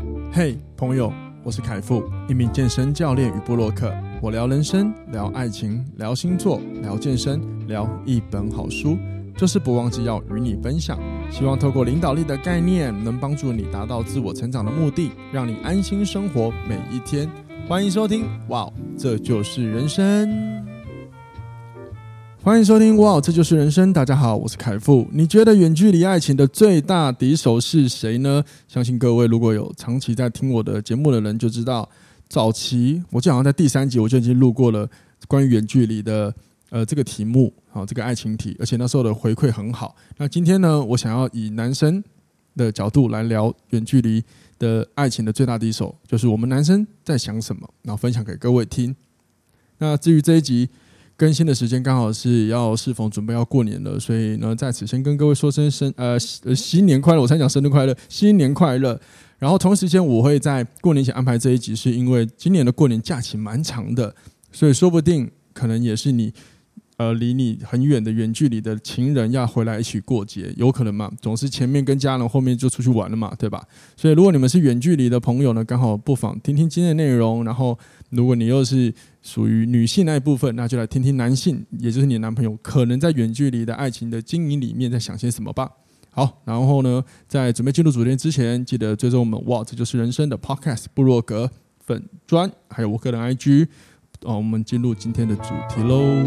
嘿，朋友，我是凯富，一名健身教练与部落客。我聊人生，聊爱情，聊星座，聊健身，聊一本好书，就是不忘记要与你分享。希望透过领导力的概念，能帮助你达到自我成长的目的，让你安心生活每一天。欢迎收听，哇，这就是人生。欢迎收听，哇，这就是人生。大家好，我是凯富。你觉得远距离爱情的最大敌手是谁呢？相信各位如果有长期在听我的节目的人就知道，早期我记得好像在第3集我就已经录过了关于远距离的这个题目，这个爱情题，而且那时候的回馈很好。那今天呢，我想要以男生的角度来聊远距离的爱情的最大敌手，就是我们男生在想什么，然后分享给各位听。那至于这一集更新的时间刚好是要适逢准备要过年了，所以呢，在此先跟各位说声新年快乐！我才讲生日快乐，新年快乐！然后同时间我会在过年前安排这一集，是因为今年的过年假期蛮长的，所以说不定可能也是你离你很远的远距离的情人要回来一起过节，有可能嘛？总是前面跟家人，后面就出去玩了嘛，对吧？所以如果你们是远距离的朋友呢，刚好不妨听听今天的内容。然后如果你又是属于女性那一部分，那就来听听男性，也就是你的男朋友可能在远距离的爱情的经营里面在想些什么吧。好，然后呢，在准备进入主题之前，记得追踪我们哇，这就是人生的 Podcast 部落格粉专，还有我个人 IG。我们进入今天的主题喽。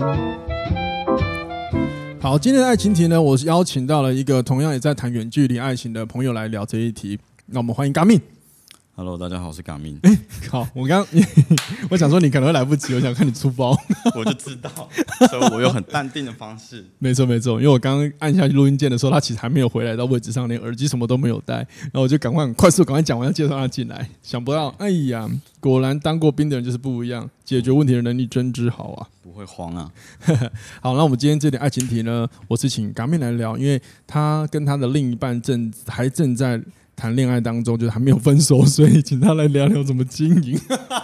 好，今天的爱情题呢，我邀请到了一个同样也在谈远距离爱情的朋友来聊这一题。那我们欢迎嘎命。 Hello， 大家好，我是嘎命。 好，我想说你可能会来不及，我想看你出包。 我就知道，所以我用很淡定的方式。 没错，因为我刚刚按下去录音键的时候，他其实还没有回来到位置上，连耳机什么都没有带，然后我就很快速讲完，要介绍他进来。想不到，哎呀，果然当过兵的人就是不一样，解决问题的能力真之好啊！ 不会慌啊。 好，那我们今天这点爱情题呢，我是请嘎命来聊，因为他跟他的另一半还正在谈恋爱当中，就是还没有分手，所以请他来聊聊怎么经营。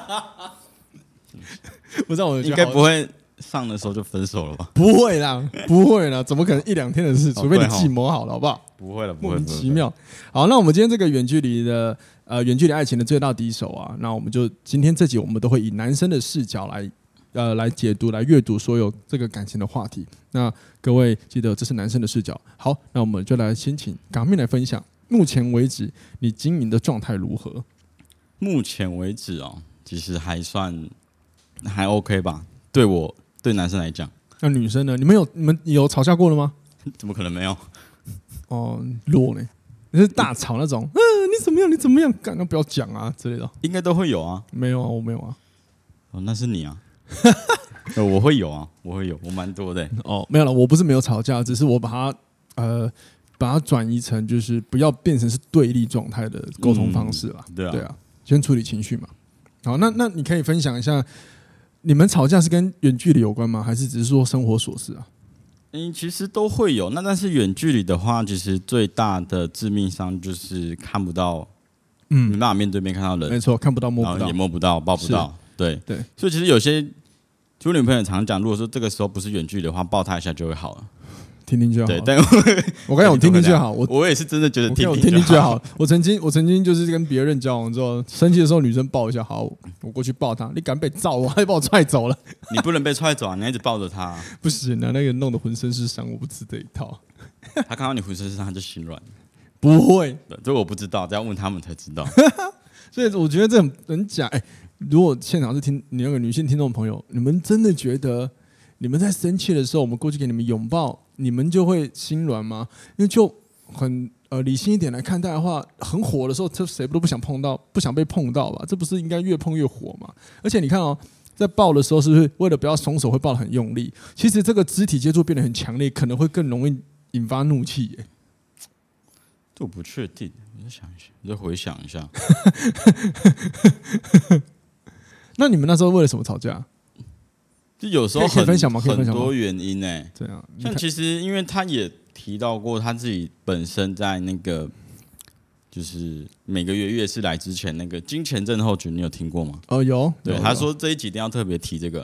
不知道我应该不会上的时候就分手了吧？ 不会啦，怎么可能1-2天的事？除非你计谋好了，好不好？ 不会了， 莫名其妙。好，那我们今天这个远距离爱情的最大敌手啊，那我们就今天这集我们都会以男生的视角来解读、来阅读所有这个感情的话题。那各位记得这是男生的视角。好，那我们就来先请嘎命来分享。目前为止，你经营的状态如何？ 目前为止其实还 OK 吧。对男生来讲， 那女生呢？你们有吵架过了吗？ 怎么可能没有？ 弱呢？你是大吵那种？你怎么样？你怎么样？干，那不要讲啊之类的。 应该都会有啊。 没有啊，我没有啊。 那是你啊。我会有啊，我蛮多的。 没有了，我不是没有吵架，只是我把它转移成就是不要变成是对立状态的沟通方式啦。对啊，先处理情绪嘛。好，那你可以分享一下，你们吵架是跟远距离有关吗？还是只是说生活琐事啊？ 其实都会有。但是远距离的话，其实最大的致命伤就是看不到，没办法面对面看到人。 没错，看不到摸不到， 也摸不到抱不到。对，所以其实有些就女朋友常讲，如果说这个时候不是远距离的话，抱她一下就会好了。听听就好。对，但我刚才我听听就好。 我也是真的觉得听听就好。我曾经就是跟别人交往之后，生气的时候女生抱一下，好，我过去抱她。你敢被揍，我还把我踹走了。 你不能被踹走啊！你一直抱着她。 不行啊，那个弄得浑身是伤，我不吃这一套。 他看到你浑身是伤，他就心软。 不会， 这我不知道，要问他们才知道。 所以我觉得这很假。如果现场是听你那个女性听众朋友，你们真的觉得你们在生气的时候，我们过去给你们拥抱，你们就会心软吗？因为就很理性一点来看待的话，很火的时候，这谁都不想碰到，不想被碰到吧？这不是应该越碰越火吗？而且你看在抱的时候，是不是为了不要松手，会抱得很用力？其实这个肢体接触变得很强烈，可能会更容易引发怒气耶。 这我不确定，我再想一下，我再回想一下。 那你们那时候为了什么吵架？ 就有时候可以分享吗？ 很多原因这样， 像其实因为他也提到过他自己本身在那个就是每个月月事来之前那个金钱症候群，你有听过吗？ 有。 对，他说这一集一定要特别提这个啊。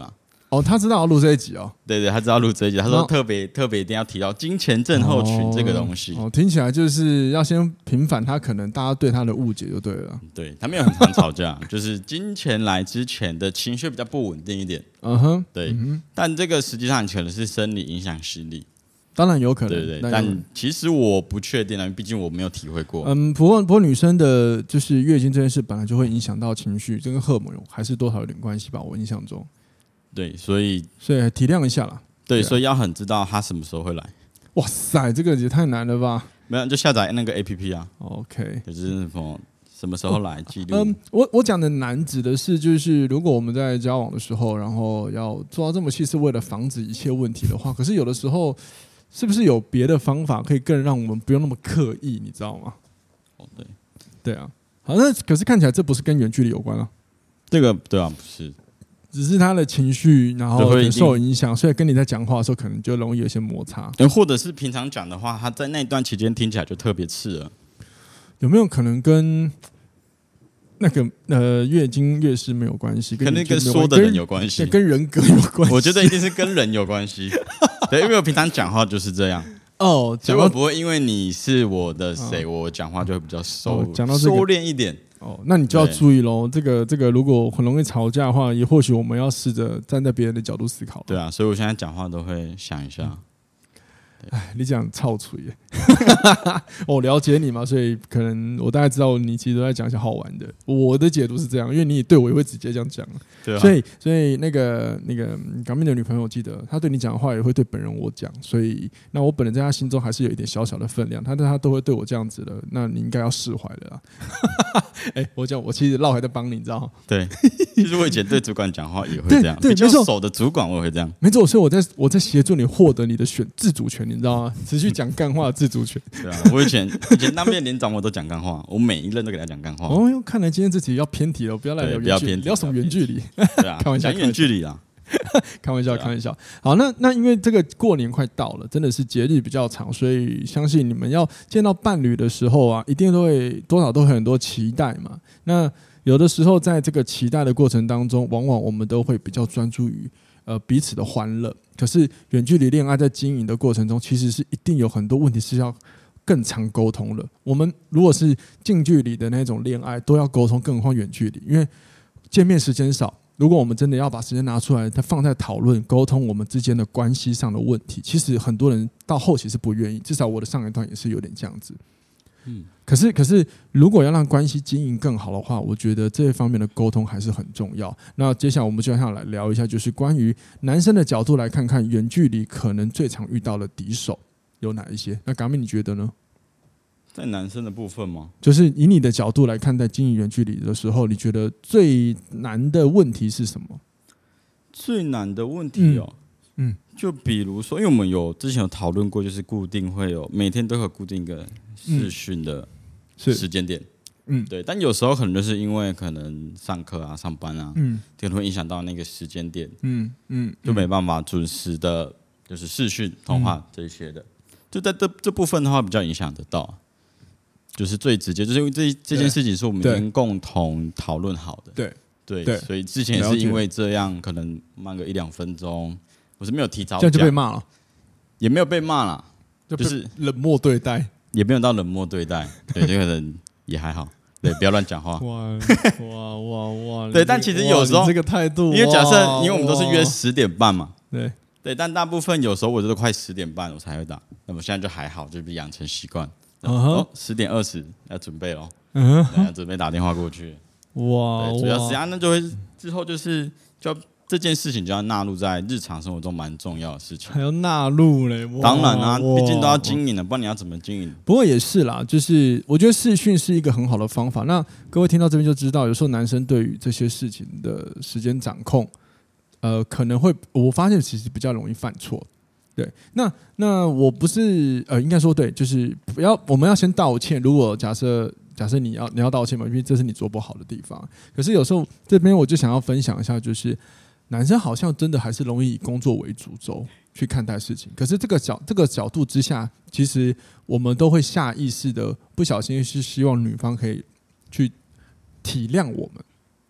哦，他知道要录这一集哦。 对对，他知道录这一集，他说特别一定要提到金钱症候群这个东西。 哦，听起来就是要先平反他可能大家对他的误解就对了。 对，他们有很常吵架，就是金钱来之前的情绪比较不稳定一点。对，但这个实际上可能是生理影响心理。 当然有可能， 对，但其实我不确定啊，毕竟我没有体会过。 不过女生的就是月经这件事本来就会影响到情绪，这跟荷尔蒙还是多少有点关系吧，我印象中。 对，所以体谅一下啦。 对，所以要很知道他什么时候会来。 哇塞，这个也太难了吧？ 没有，就下载那个 APP 啊。 OK， 就是什么时候来记录。 我讲的难指的是，就是如果我们在交往的时候，然后要做到这么细，是为了防止一切问题的话，可是有的时候。是不是有别的方法可以更让我们不用那么刻意，你知道吗？对啊。好，那可是看起来这不是跟远距离有关啊。 这个对啊，不是， 只是他的情绪然后受影响，所以跟你在讲话的时候可能就容易有些摩擦。 或者是平常讲的话，他在那段期间听起来就特别刺耳。 有没有可能跟那个月经月事没有关系？ 可能跟说的人有关系， 跟人格有关系。 我觉得一定是跟人有关系。对，因为我平常讲话就是这样。所以我不会因为你是我的谁，我讲话就会比较收敛一点。 那你就要注意咯。这个如果很容易吵架的话，也或许我们要试着站在别人的角度思考。 对啊，所以我现在讲话都会想一下。 你讲臭嘴耶，我了解你嘛，所以可能我大概知道你其实都在讲一些好玩的。我的解读是这样，因为你对我也会直接这样讲， 对啊。 所以那个港面的女朋友，我记得她对你讲的话也会对本人我讲，所以那我本人在她心中还是有一点小小的分量，她都会对我这样子的，那你应该要释怀了啦。我其实绕还在帮你，你知道吗？ 对，其实我以前对主管讲话也会这样，比较熟的主管我会这样， 没错，所以我在协助你获得你的自主权。你知道吗？持续讲干话的自主权。 对啊，我以前当面连长我都讲干话，我每一任都给他讲干话。 看来今天这集要偏题了，不要来聊远距离，聊什么远距离？ 对啊，开玩笑，讲远距离啊， 开玩笑。好，那因为这个过年快到了，真的是节日比较长，所以相信你们要见到伴侣的时候啊，一定多少都会很多期待嘛。那有的时候在这个期待的过程当中，往往我们都会比较专注于彼此的欢乐。可是远距离恋爱在经营的过程中，其实是一定有很多问题是要更常沟通的。我们如果是近距离的那种恋爱，都要沟通，更何况远距离，因为见面时间少。如果我们真的要把时间拿出来，它放在讨论沟通我们之间的关系上的问题，其实很多人到后期是不愿意。至少我的上一段也是有点这样子。可是，如果要让关系经营更好的话，我觉得这一方面的沟通还是很重要。那接下来我们就想来聊一下，就是关于男生的角度来看看远距离可能最常遇到的敌手有哪一些？那港妹你觉得呢？ 在男生的部分吗？ 就是以你的角度来看待经营远距离的时候，你觉得最难的问题是什么？ 最难的问题就比如说，因为我们之前有讨论过，就是固定会有每天都会固定一个视讯的时间点，对。但有时候可能就是因为可能上课啊、上班啊，可能会影响到那个时间点，就没办法准时的，就是视讯通话这一些的，就在这部分的话比较影响得到，就是最直接，就是因为这件事情是我们已经共同讨论好的，对，所以之前也是因为这样，可能慢个1-2分钟。我是没有提早讲， 这样就被骂了， 也没有被骂啦，就是冷漠对待， 也没有到冷漠对待，对，这个人也还好，对，不要乱讲话。 哇！ 对，但其实有时候这个态度， 因为假设，因为我们都是约10点半嘛， 对， 但大部分有时候我都快10点半我才会打，那么现在就还好，就是养成习惯。10点20要准备咯，要准备打电话过去。 哇！ 主要时间那就会之后就是这件事情就要纳入在日常生活中蛮重要的事情， 还要纳入嘞。 当然啊，毕竟都要经营了，不然你要怎么经营？ 不过也是啦，就是我觉得视讯是一个很好的方法。那各位听到这边就知道，有时候男生对于这些事情的时间掌控，可能会我发现其实比较容易犯错。对，那我不是应该说对，就是我们要先道歉。如果假设你要道歉嘛，因为这是你做不好的地方。可是有时候这边我就想要分享一下，就是男生好像真的还是容易以工作为主轴去看待事情。可是这个角度之下，其实我们都会下意识的不小心是希望女方可以去体谅我们。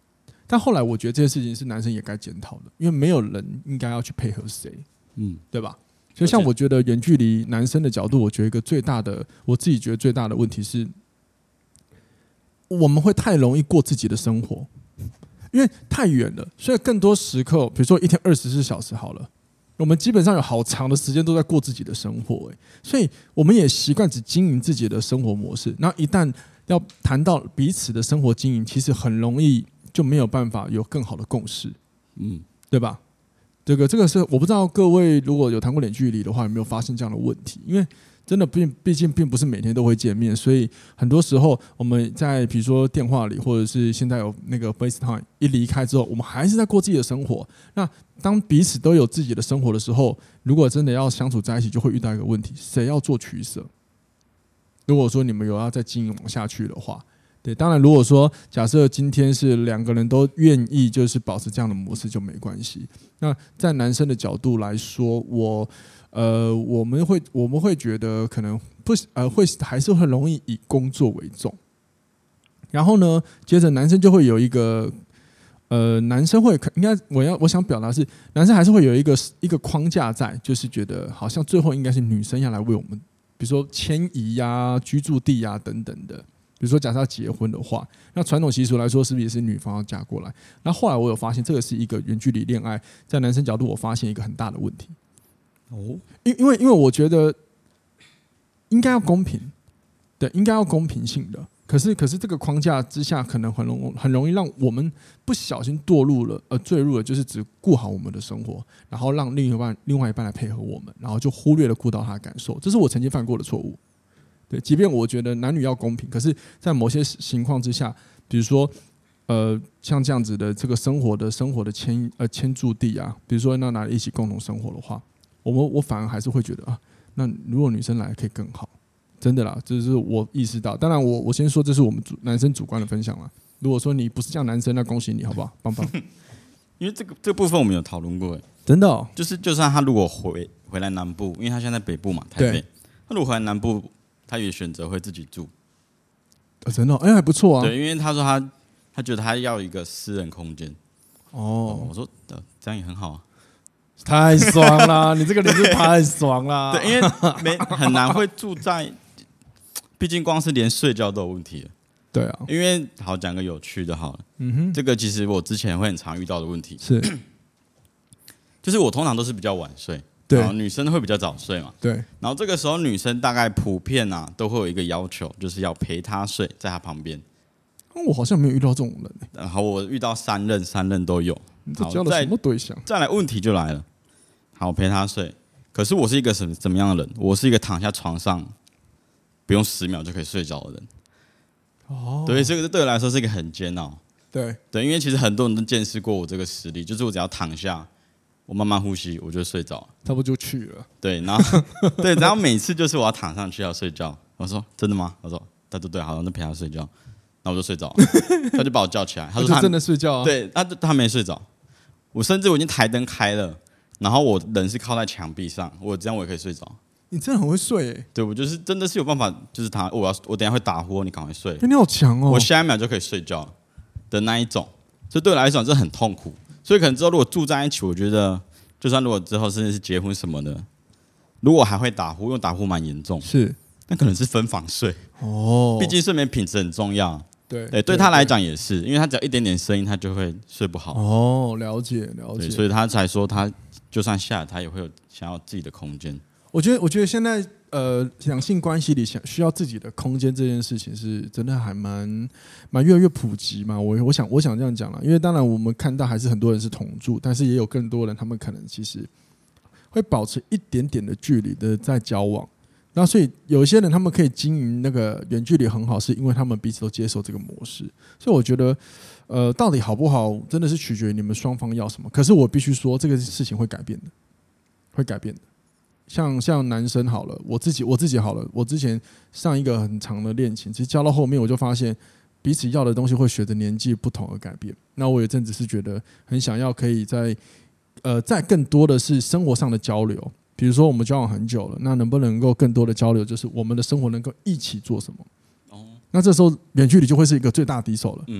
但后来我觉得这件事情是男生也该检讨的，因为没有人应该要去配合谁，对吧？所以像我觉得远距离男生的角度，我觉得一个最大的，我自己觉得最大的问题是，我们会太容易过自己的生活，因为太远了，所以更多时刻，比如说一天24小时好了，我们基本上有好长的时间都在过自己的生活，所以我们也习惯只经营自己的生活模式，然后一旦要谈到彼此的生活经营，其实很容易就没有办法有更好的共识，对吧？这个是我不知道各位如果有谈过远距离的话，有没有发现这样的问题？因为真的毕竟并不是每天都会见面，所以很多时候我们在比如说电话里，或者是现在有那个 FaceTime， 一离开之后，我们还是在过自己的生活。那当彼此都有自己的生活的时候，如果真的要相处在一起，就会遇到一个问题：谁要做取舍？如果说你们有要再经营往下去的话，对，当然如果说假设今天是两个人都愿意就是保持这样的模式就没关系。那在男生的角度来说，我们会觉得可能会还是会容易以工作为重，然后呢，接着男生就会有一个男生会应该我想表达是，男生还是会有一个框架在，就是觉得好像最后应该是女生要来为我们，比如说迁移啊、居住地啊等等的。比如说，假设要结婚的话，那传统习俗来说，是不是也是女方要嫁过来？那后来我有发现，这个是一个远距离恋爱，在男生角度，我发现一个很大的问题。因为我觉得应该要公平，对，应该要公平性的。可是这个框架之下，可能很容易让我们不小心坠入了，就是只顾好我们的生活，然后让另外一半来配合我们，然后就忽略了顾到他的感受。这是我曾经犯过的错误。对，即便我觉得男女要公平，可是，在某些情况之下，比如说，像这样子的这个生活的迁住地啊，比如说那哪里一起共同生活的话，我反而还是会觉得啊，那如果女生来可以更好，真的啦，这是我意识到。当然我先说这是我们男生主观的分享啦。如果说你不是这样男生，那恭喜你，好不好？棒棒。 因为这个部分我们有讨论过， 真的哦， 就算他如果回来南部，因为他现在北部嘛，台北，他如果回来南部。他也选择会自己住， 真的，还不错啊。 对，因为他说他觉得他要一个私人空间。我说这样也很好啊， 太爽了！你这个邻居太爽了。 对，因为很难会住在，毕竟光是连睡觉都有问题了。 对啊， 因为好讲个有趣的好了，这个其实我之前会很常遇到的问题是， 就是我通常都是比较晚睡。 对， 然后女生会比较早睡嘛， 对。 然后这个时候女生大概普遍啊都会有一个要求，就是要陪她睡，在她旁边。 我好像没有遇到这种人。 然后我遇到三任都有。 你这交了什么对象？ 再来问题就来了。好，陪她睡。可是我是一个怎么样的人？我是一个躺下床上不用10秒就可以睡着的人。对，这个对我来说是一个很煎熬。 对， 因为其实很多人都见识过我这个实力，就是我只要躺下。我慢慢呼吸，我就睡着了， 差不多就去了。 对，然后然后每次就是我要躺上去要睡觉，我说真的吗？他说他说对，好，那陪他睡觉，那我就睡着了，他就把我叫起来，他说他真的睡觉啊？ 对，他没睡着，我甚至我已经台灯开了，然后我人是靠在墙壁上，我这样我也可以睡着。 你真的很会睡欸。 对，我就是真的是有办法，就是我等一下会打呼，你赶快睡。 你好强哦！ 我下一秒就可以睡觉的那一种，所以对我来讲这很痛苦。所以可能之后如果住在一起，我觉得就算如果之后甚至是结婚什么的，如果还会打呼，因为打呼蛮严重， 是那可能是分房睡哦，毕竟睡眠品质很重要。对他来讲也是，因为他只要一点点声音，他就会睡不好。 哦，了解。 所以他才说他就算下来，他也会有想要自己的空间。 我觉得现在两性关系里需要自己的空间这件事情是真的还蛮越来越普及嘛。我想这样讲啦，因为当然我们看到还是很多人是同住，但是也有更多人他们可能其实会保持一点点的距离的在交往。那所以有一些人他们可以经营那个远距离很好，是因为他们彼此都接受这个模式。所以我觉得到底好不好，真的是取决于你们双方要什么。可是我必须说，这个事情会改变的，会改变的。像男生好了，我自己好了，我之前上一个很长的恋情，其实交到后面我就发现彼此要的东西会随着年纪不同而改变。那我有阵子是觉得很想要可以在更多的是生活上的交流，比如说我们交往很久了，那能不能够更多的交流，就是我们的生活能够一起做什么？那这时候远距离就会是一个最大敌手了。因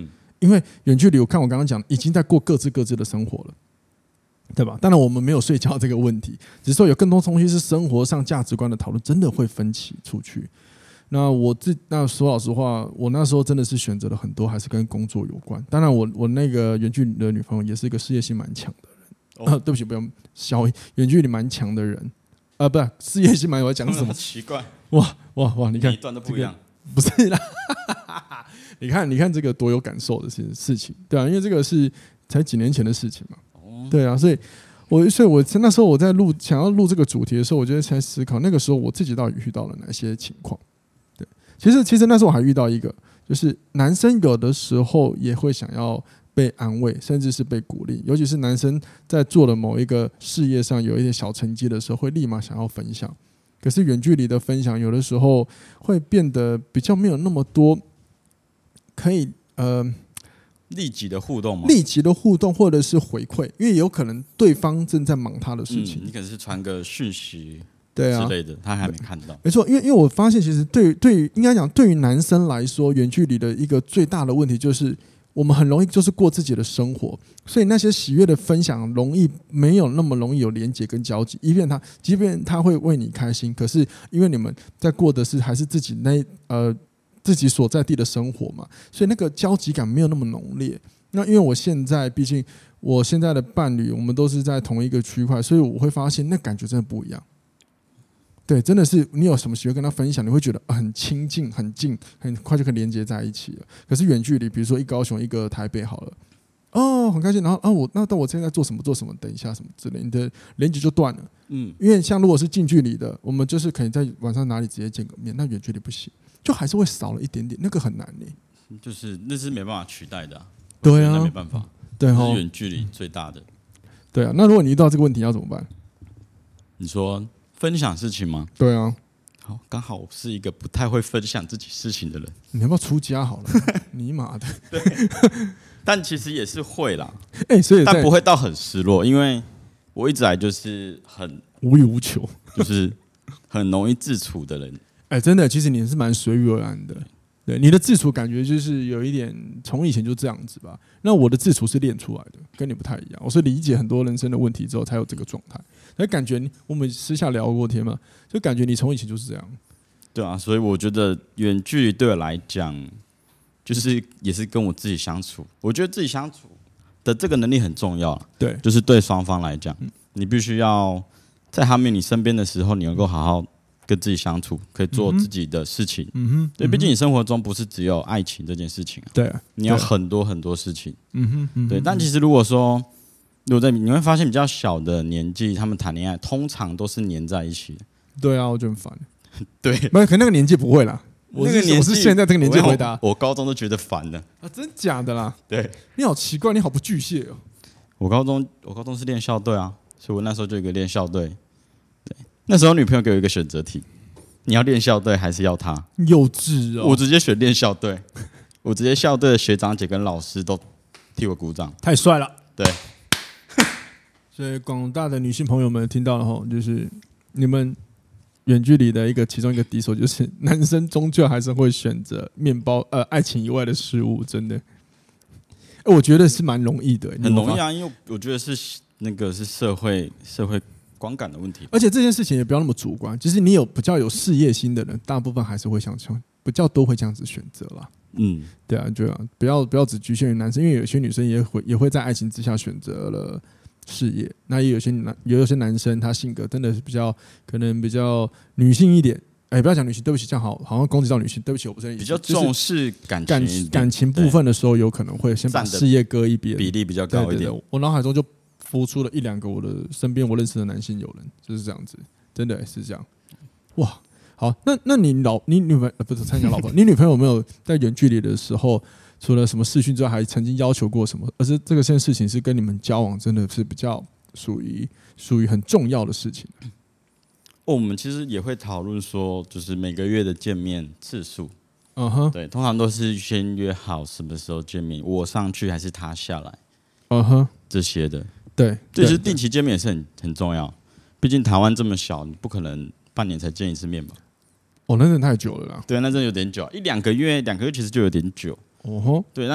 因为远距离，我看我刚刚讲，已经在过各自的生活了，对吧？当然我们没有睡觉这个问题，只是说有更多东西是生活上价值观的讨论，真的会分歧出去。那说老实话，我那时候真的是选择了很多，还是跟工作有关。当然我那个远距离的女朋友也是一个事业心蛮强的人。对不起，不用小远距离蛮强的人。不是事业心蛮，我要讲什么？ 奇怪， 哇！你看一段都不一样， 不是啦。你看这个多有感受的事情，对啊，因为这个是才几年前的事情嘛。对啊，所以我那时候我在想要录这个主题的时候，我就在思考那个时候我自己到底遇到了哪些情况。对，其实那时候我还遇到一个，就是男生有的时候也会想要被安慰，甚至是被鼓励，尤其是男生在做了某一个事业上有一点小成绩的时候，会立马想要分享。可是远距离的分享，有的时候会变得比较没有那么多可以立即的互动吗？ 立即的互动或者是回馈，因为有可能对方正在忙他的事情， 你可能是传个讯息之类的，他还没看到。 没错，因为我发现其实对于应该讲对于男生来说，远距离的一个最大的问题就是我们很容易就是过自己的生活，所以那些喜悦的分享没有那么容易有连结跟交集。即便他会为你开心，可是因为你们在过的是还是自己所在地的生活嘛，所以那个交集感没有那么浓烈。那因为毕竟我现在的伴侣，我们都是在同一个区块，所以我会发现那感觉真的不一样。对，真的是你有什么喜欢跟他分享，你会觉得很亲近、很近，很快就可以连接在一起了。可是远距离，比如说一高雄一个台北好了，很开心，然后我现在做什么，等一下什么之类，你的连接就断了。因为像如果是近距离的，我们就是可以在晚上哪里直接见个面，那远距离不行，就还是会少了一点点，那个很难就是那是没办法取代的。 对啊， 那没办法， 对是远距离最大的。 对啊，那如果你遇到这个问题要怎么办？ 你说分享事情吗？ 对啊， 好，刚好我是一个不太会分享自己事情的人。 你要不要出家好了？你妈的！ 对，但其实也是会啦。 所以但不会到很失落，因为我一直来就是很无欲无求， 就是很容易自处的人。 真的，其实你是蛮随遇而安的。对，你的自处感觉就是有一点从以前就这样子吧。那我的自处是练出来的，跟你不太一样。我是理解很多人生的问题之后才有这个状态。那感觉我们私下聊过天嘛，就感觉你从以前就是这样。 对啊，所以我觉得远距离对我来讲，就是也是跟我自己相处。我觉得自己相处的这个能力很重要。 对， 就是对双方来讲，你必须要在他们你身边的时候，你能够好好跟自己相处，可以做自己的事情。对，毕竟你生活中不是只有爱情这件事情。 对， 你要很多很多事情。对，但其实如果你会发现比较小的年纪，他们谈恋爱通常都是黏在一起的。 对啊，我觉得很烦。 对， 可那个年纪不会啦。我是现在这个年纪回答。 我高中都觉得烦了啊，真假的啦？ 对， 你好奇怪，你好不巨蟹哦。 我高中是练校队啊，所以我那时候就有一个练校队。对，那时候女朋友给我一个选择题，你要练校队还是要他？ 幼稚哦！ 我直接选练校队，我直接校队的学长姐跟老师都替我鼓掌， 太帅了。 对， 所以广大的女性朋友们听到了吼，就是你们远距离的其中一个敌手，就是男生终究还是会选择爱情以外的事物，真的。我觉得是蛮容易的， 很容易啊，因为我觉得是社会观感的问题， 而且这件事情也不要那么主观，就是你比较有事业心的人，大部分还是会比较多会这样子选择啦。对啊，就不要只局限于男生，因为有些女生也会在爱情之下选择了事业，那也有些男生他性格真的是可能比较女性一点。不要讲女性，对不起，这样好像攻击到女性，对不起，我不是比较重视感情部分的时候，有可能会先把事业搁一边， 比例比较高一点。 对，我脑海中就浮出了1-2个我的身边我认识的男性友人，就是这样子，真的是这样。哇，好，那你女朋友不是参加老婆，你女朋友有没有在远距离的时候，除了什么视讯之外，还曾经要求过什么？而是这件事情是跟你们交往真的是比较属于很重要的事情。 我们其实也会讨论说，就是每个月的见面次数。对，通常都是先约好什么时候见面，我上去还是他下来。这些的。对，就是定期见面也是很重要。毕竟台湾这么小，你不可能半年才见一次面吧？ 那真的太久了啦。 对，那真的有点久，1-2个月其实就有点久。对，那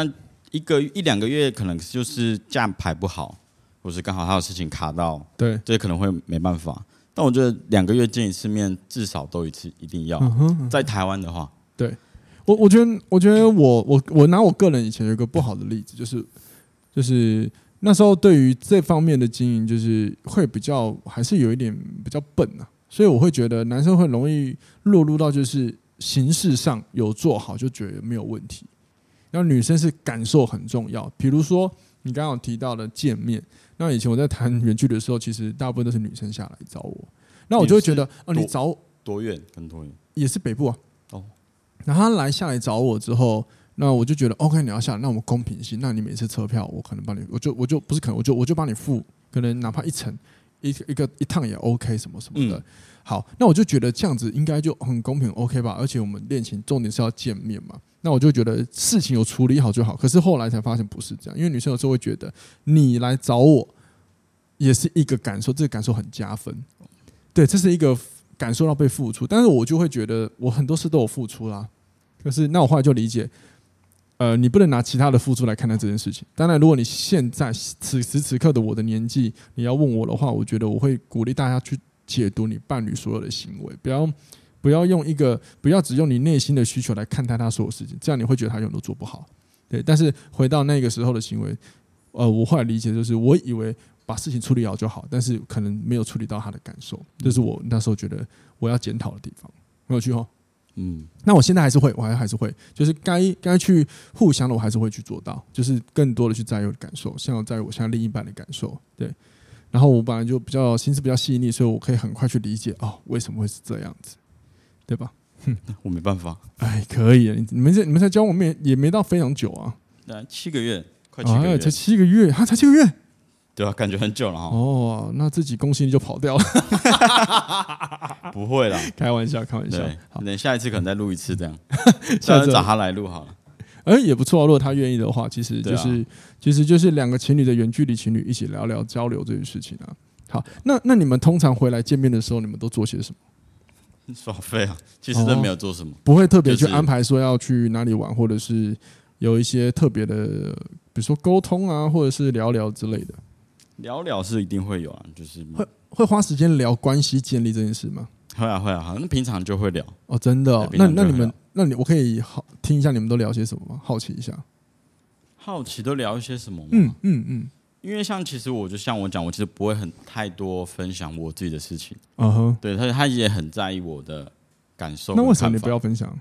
一两个月可能就是假排不好，或是刚好他有事情卡到， 对， 这可能会没办法。但我觉得2个月见一次面，至少都一次，一定要。在台湾的话， 对我觉得我拿我个人以前有一个不好的例子，就是那时候对于这方面的经营，就是会比较还是有一点比较笨啊，所以我会觉得男生会容易落入到就是形式上有做好就觉得没有问题。然后女生是感受很重要，比如说你刚刚有提到的见面，那以前我在谈远距离的时候，其实大部分都是女生下来找我，那我就会觉得你找多远跟多远也是北部啊，然后他下来找我之后，那我就觉得 OK 你要下来，那我们公平性，那你每次车票我可能帮你，我就不是可能我就帮你付，可能哪怕一程一趟也 OK 什么什么的。好，那我就觉得这样子应该就很公平 OK 吧，而且我们恋情重点是要见面嘛，那我就觉得事情有处理好就好。可是后来才发现不是这样，因为女生有时候会觉得你来找我也是一个感受，这个感受很加分，对，这是一个感受到被付出，但是我就会觉得我很多事都有付出啦。可是那我后来就理解，你不能拿其他的付出来看待这件事情。当然，如果你现在此时此刻的我的年纪，你要问我的话，我觉得我会鼓励大家去解读你伴侣所有的行为，不要只用你内心的需求来看待他所有事情，这样你会觉得他永远都做不好。对，但是回到那个时候的行为，我后来理解就是，我以为把事情处理好就好，但是可能没有处理到他的感受，这是我那时候觉得我要检讨的地方。很有趣哦。那我现在还是会，就是该去互相的，我还是会去做到，就是更多的去在意我的感受，像在意我现在另一半的感受，对。然后我本来就心思比较细腻，所以我可以很快去理解为什么会是这样子，对吧？ 我没办法。 哎，可以，你们才交往也没到非常久啊。 对，7个月，快7个月， 才7个月，才7个月。 对啊，感觉很久了哦，那自己公信力就跑掉了。 不会啦， 开玩笑。 等下一次可能再录一次这样，下次找他来录好了。 也不错，如果他愿意的话，其实就是2个情侣的远距离情侣一起聊聊交流这件事情啊。好，那你们通常回来见面的时候，你们都做些什么？ 耍废啊，其实真没有做什么， 不会特别去安排说要去哪里玩，或者是有一些特别的，比如说沟通啊，或者是聊聊之类的。 聊是一定会有啊，就是会花时间聊关系建立这件事吗？ 会啊，好像平常就会聊哦，真的哦。那我可以听一下你们都聊些什么吗？好奇一下。 好奇都聊一些什么吗？因为其实我像我讲，我其实不会太多分享我自己的事情。对，他也很在意我的感受。 那为什么你不要分享？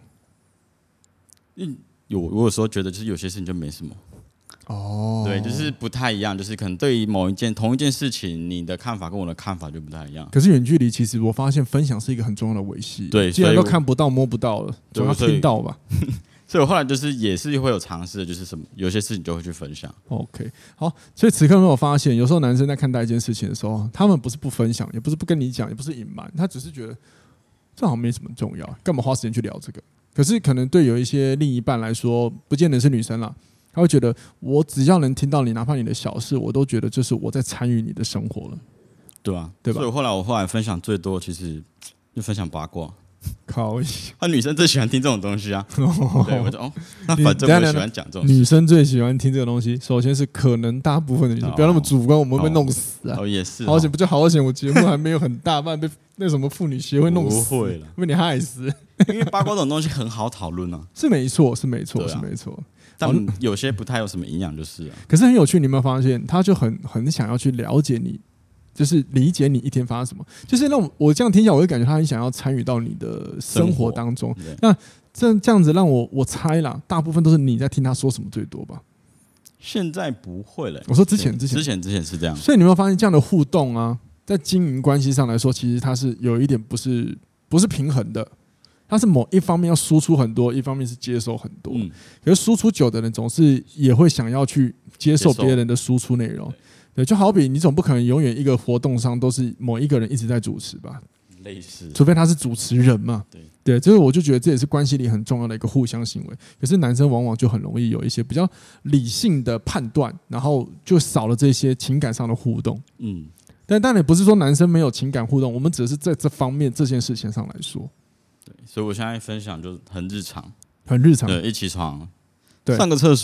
我有时候觉得就是有些事情就没什么。对，就是不太一样，就是可能对于同一件事情，你的看法跟我的看法就不太一样。 可是远距离，其实我发现分享是一个很重要的维系。 对， 既然都看不到摸不到了，总要听到吧。 所以我后来就是也是会有尝试的，就是有些事情就会去分享。 OK， 好，所以此刻有没有发现，有时候男生在看待一件事情的时候，他们不是不分享，也不是不跟你讲，也不是隐瞒，他只是觉得这好像没什么重要，干嘛花时间去聊这个？可是可能对有一些另一半来说，不见得是女生啦。他会觉得，我只要能听到你，哪怕你的小事，我都觉得就是我在参与你的生活了， 对啊， 对吧？ 所以我后来分享最多，其实就分享八卦。 靠！ 女生最喜欢听这种东西啊。对，我就那反正我喜欢讲这种。 女生最喜欢听这个东西，首先是可能大部分的女生，不要那么主观，我们会被弄死啊。 也是。 好险不就好险，我节目还没有很大，不然被那什么妇女协会弄死。 不会了， 被你害死。 因为八卦这种东西很好讨论啊。 是没错。 但有些不太有什么营养，就是啊。 可是很有趣，你有没有发现，他就很想要去了解你，就是理解你一天发生什么。就是让我这样听起来，我会感觉他很想要参与到你的生活当中。那这样子让我猜啦，大部分都是你在听他说什么最多吧？ 现在不会了。 我说之前是这样。 所以你有没有发现，这样的互动啊，在经营关系上来说，其实它是有一点不是平衡的。它是某一方面要输出很多，一方面是接受很多。可是输出久的人总是也会想要去接受别人的输出内容。对，就好比你总不可能永远一个活动上都是某一个人一直在主持吧？ 类似， 除非他是主持人嘛。对，这个我就觉得这也是关系里很重要的一个互相行为。可是男生往往就很容易有一些比较理性的判断，然后就少了这些情感上的互动。但当然也不是说男生没有情感互动，我们只是在这方面这件事情上来说。 所以我现在分享就很日常， 对， 一起床，上个厕所，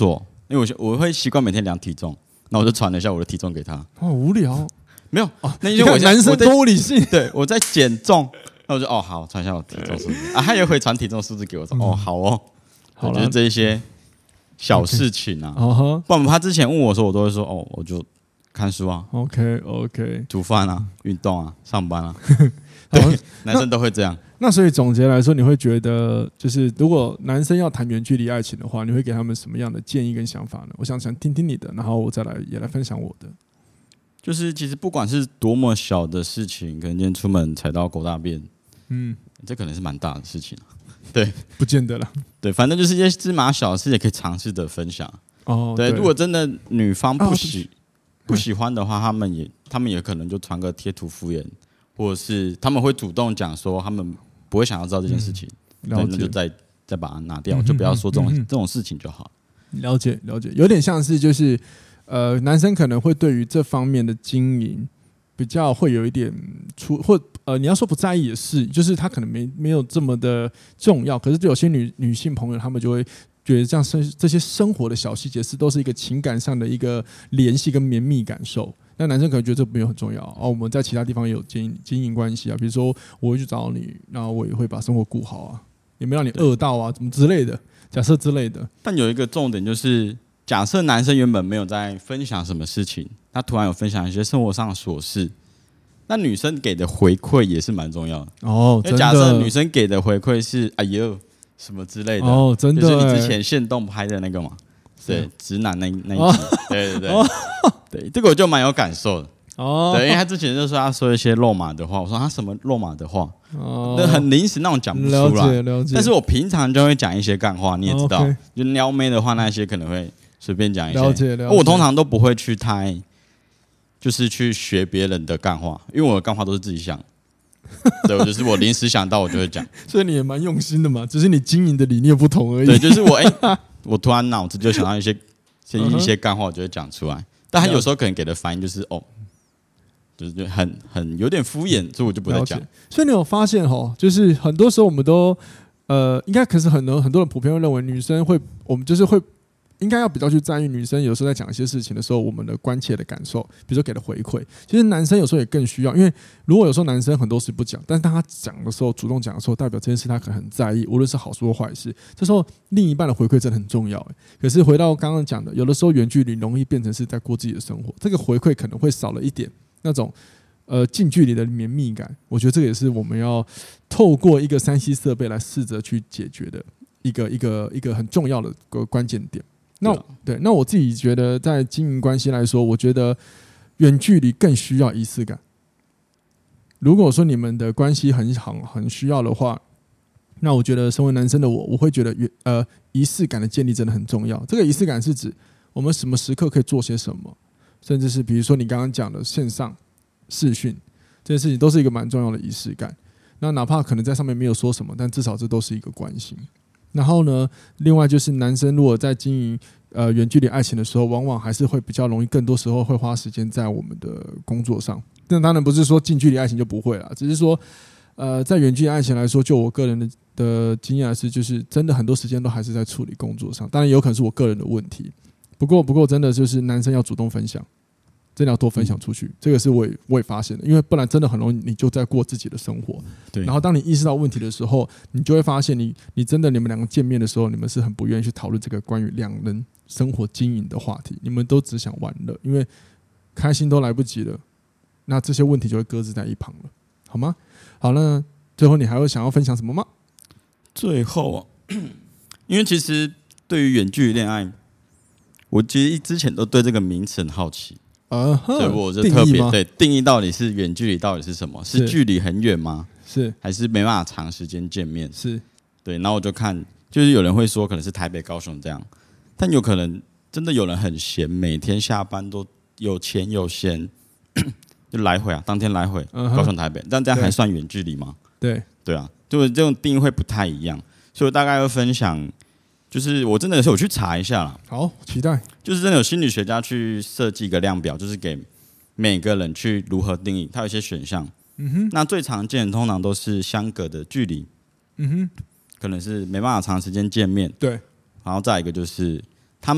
因为我会习惯每天量体重，那我就传了一下我的体重给他。 好无聊， 没有那因为我男生多理性， 对我在减重，那我就好传一下我体重数字啊，他也会传体重数字给我说好哦，好就是这一些小事情啊，不然他之前问我的时候，我都会说我就看书啊 ，OK， 煮饭啊，运动啊，上班啊，对，男生都会这样。 那所以总结来说，你会觉得就是如果男生要谈远距离爱情的话，你会给他们什么样的建议跟想法呢？我想听听你的，然后我再也来分享我的。 就是其实不管是多么小的事情，可能今天出门踩到狗大便，这可能是蛮大的事情对， 不见得啦。对， 反正就是一些芝麻小的事也可以尝试的分享。对，如果真的女方不喜欢的话，他们也可能就传个贴图敷衍，或者是他们会主动讲说他们不会想要知道这件事情，对，那就再把它拿掉，就不要说这种事情就好。 了解，有点像是就是男生可能会对于这方面的经营比较会有一点你要说不在意也是，就是他可能没有这么的重要，可是对有些女性朋友，他们就会觉得这些生活的小细节都是一个情感上的一个联系跟绵密感受。那男生可能觉得这没有很重要我们在其他地方也有经营关系啊，比如说我会去找你，然后我也会把生活顾好啊，也没让你饿到啊，怎么之类的，假设之类的。 但有一个重点就是，假设男生原本没有在分享什么事情，他突然有分享一些生活上的琐事，那女生给的回馈也是蛮重要的哦。 因为假设女生给的回馈是哎呦什么之类的真的， 就是你之前限动拍的那个嘛，对，直男那一集，对对，这个我就蛮有感受的对，因为他之前就说他说一些肉麻的话，我说他什么肉麻的话，那很临时那种讲不出来， 了解。 但是我平常就会讲一些干话，你也知道，就撩妹的话那些可能会随便讲一些， 了解。 我通常都不会去就是去学别人的干话，因为我的干话都是自己想。对，就是我临时想到我就会讲， 所以你也蛮用心的嘛，只是你经营的理念不同而已。 对，就是我突然脑子就想到一些干话，我就会讲出来。但他有时候可能给的反应就是就是很有点敷衍，所以我就不再讲。 所以你有发现就是很多时候我们都应该可是很多人普遍会认为女生我们就是会。应该要比较去在意女生有时候在讲一些事情的时候，我们的关切的感受，比如说给的回馈。其实男生有时候也更需要，因为如果有时候男生很多事不讲，但是当他讲的时候，主动讲的时候，代表这件事他可能很在意，无论是好事或坏事。这时候另一半的回馈真的很重要。可是回到刚刚讲的，有的时候远距离容易变成是在过自己的生活，这个回馈可能会少了一点那种近距离的绵密感。我觉得这个也是我们要透过一个3C 设备来试着去解决的一个很重要的关键点。那我自己觉得，在经营关系来说，我觉得远距离更需要仪式感。如果说你们的关系很需要的话，那我觉得身为男生的我会觉得仪式感的建立真的很重要。这个仪式感是指我们什么时刻可以做些什么，甚至是比如说你刚刚讲的线上视讯这件事情，都是一个蛮重要的仪式感。那哪怕可能在上面没有说什么，但至少这都是一个关心。然后呢，另外就是男生如果在经营远距离爱情的时候，往往还是会比较容易，更多时候会花时间在我们的工作上。那当然不是说近距离爱情就不会啦，只是说在远距离爱情来说，就我个人的经验是，就是真的很多时间都还是在处理工作上。当然有可能是我个人的问题，不过真的就是男生要主动分享。真的要多分享出去，这个是我也发现的，因为不然真的很容易你就在过自己的生活。对。然后当你意识到问题的时候，你就会发现你真的你们两个见面的时候，你们是很不愿意去讨论这个关于两人生活经营的话题，你们都只想玩乐，因为开心都来不及了，那这些问题就会搁置在一旁了，好吗？好，那最后你还会想要分享什么吗？ 最后因为其实对于远距离恋爱，我其实之前都对这个名词很好奇。所以我就特别定义到底是远距离到底是什么？是距离很远吗？ 是还是没办法长时间见面？ 是对。 然后我就看，就是有人会说可能是台北、高雄这样，但有可能真的有人很闲，每天下班都有钱有闲，就来回当天来回高雄、台北，但这样还算远距离吗？对啊，就是这种定义会不太一样，所以我大概会分享。就是我真的是有去查一下啦， 好期待。就是真的有心理学家去设计一个量表，就是给每个人去如何定义，它有一些选项。那最常见的通常都是相隔的距离，可能是没办法长时间见面。 对， 然后再一个就是他们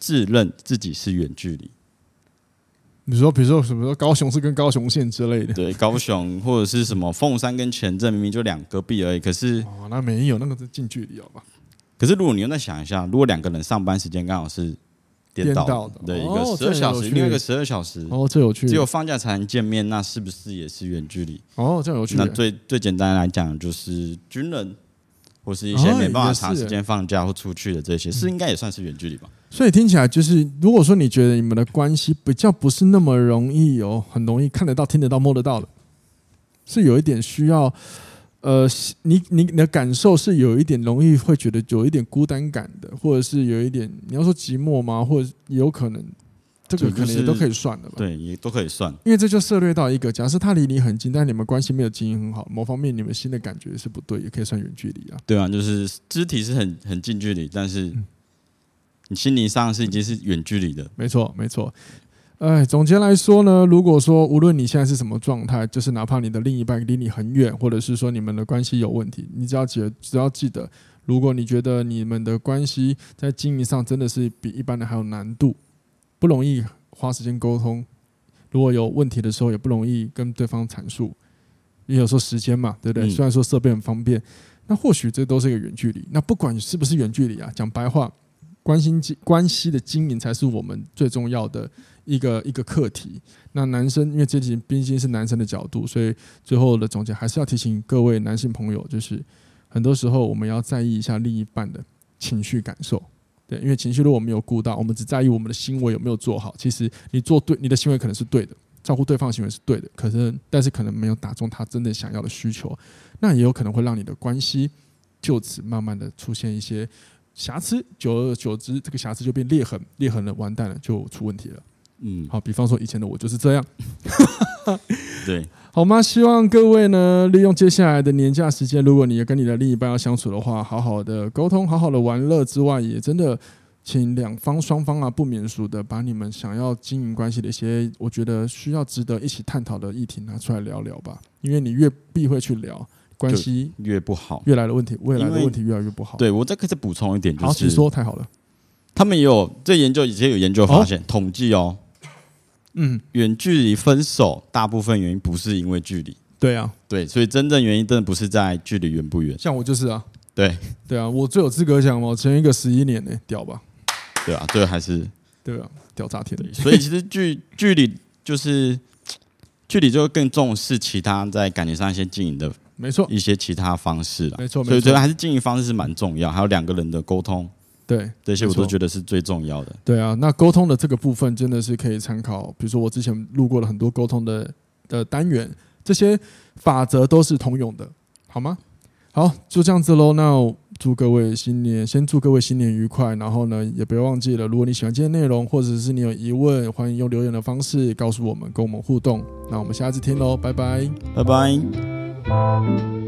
自认自己是远距离。 你说，比如说什么高雄是跟高雄县之类的， 对，高雄或者是什么凤山跟前镇，明明就2隔壁而已，可是那没有，那个是近距离，好吧？ 可是如果你又再想一下，如果2个人上班时间刚好是颠倒的，对，一个12小时，另外一个12小时， 这有趣。 只有放假才能见面，那是不是也是远距离？ 这样有趣。 那最简单来讲，就是军人或是一些没办法长时间放假或出去的这些，是应该也算是远距离吧？ 所以听起来就是，如果说你觉得你们的关系比较不是那么容易很容易看得到、听得到、摸得到的，是有一点需要，你的感受是有一点容易会觉得有一点孤单感的，或者是有一点你要说寂寞吗？或者有可能这个可能也都可以算的吧？ 对，也都可以算， 因为这就涉猎到一个，假设他离你很近，但你们关系没有经营很好，某方面你们心的感觉是不对，也可以算远距离啊。 对啊，就是肢体是很近距离，但是你心灵上是已经是远距离的。 没错，没错。总结来说呢，如果说无论你现在是什么状态，就是哪怕你的另一半离你很远，或者是说你们的关系有问题，你只要记得，如果你觉得你们的关系在经营上真的是比一般人还有难度，不容易花时间沟通，如果有问题的时候也不容易跟对方阐述，也有时候时间嘛，对不对？虽然说设备很方便，那或许这都是一个远距离。那不管是不是远距离啊，讲白话，关系的经营才是我们最重要的一个课题。那男生因为这题毕竟是男生的角度，所以最后的总结还是要提醒各位男性朋友，就是很多时候我们要在意一下另一半的情绪感受。对，因为情绪如果没有顾到，我们只在意我们的行为有没有做好，其实你做对，你的行为可能是对的，照顾对方的行为是对的，但是可能没有打中他真的想要的需求，那也有可能会让你的关系就此慢慢的出现一些瑕疵，久而久之，这个瑕疵就变裂痕，裂痕了，完蛋了，就出问题了。好，比方说以前的我就是这样。 对， 好吗？希望各位呢，利用接下来的年假时间，如果你跟你的另一半要相处的话，好好的沟通，好好的玩乐之外，也真的请双方啊不免俗的把你们想要经营关系的一些，我觉得需要值得一起探讨的议题拿出来聊聊吧。因为你越避讳去聊，关系越不好， 未来的问题越来越不好。 对，我再补充一点，就是好，请说，太好了。 他们也有这研究，以前有研究发现，统计远距离分手，大部分原因不是因为距离。 对啊， 对，所以真正原因真的不是在距离远不远。 像我就是啊， 对啊，我最有资格讲嘛，我前一个11年呢，屌吧？ 对啊，这还是对啊，屌炸天。 所以其实距离就是距离就更重视其他在感情上一些经营的， 没错， 一些其他方式啦。 没错， 所以我觉得还是经营方式是蛮重要，还有2个人的沟通。 对， 这些我都觉得是最重要的。 对啊，那沟通的这个部分真的是可以参考，比如说我之前录过了很多沟通的单元，这些法则都是通用的，好吗？好，就这样子咯。那祝各位新年愉快。然后呢，也不要忘记了，如果你喜欢今天的内容，或者是你有疑问，欢迎用留言的方式告诉我们，跟我们互动。那我们下次听咯，拜拜， 拜拜。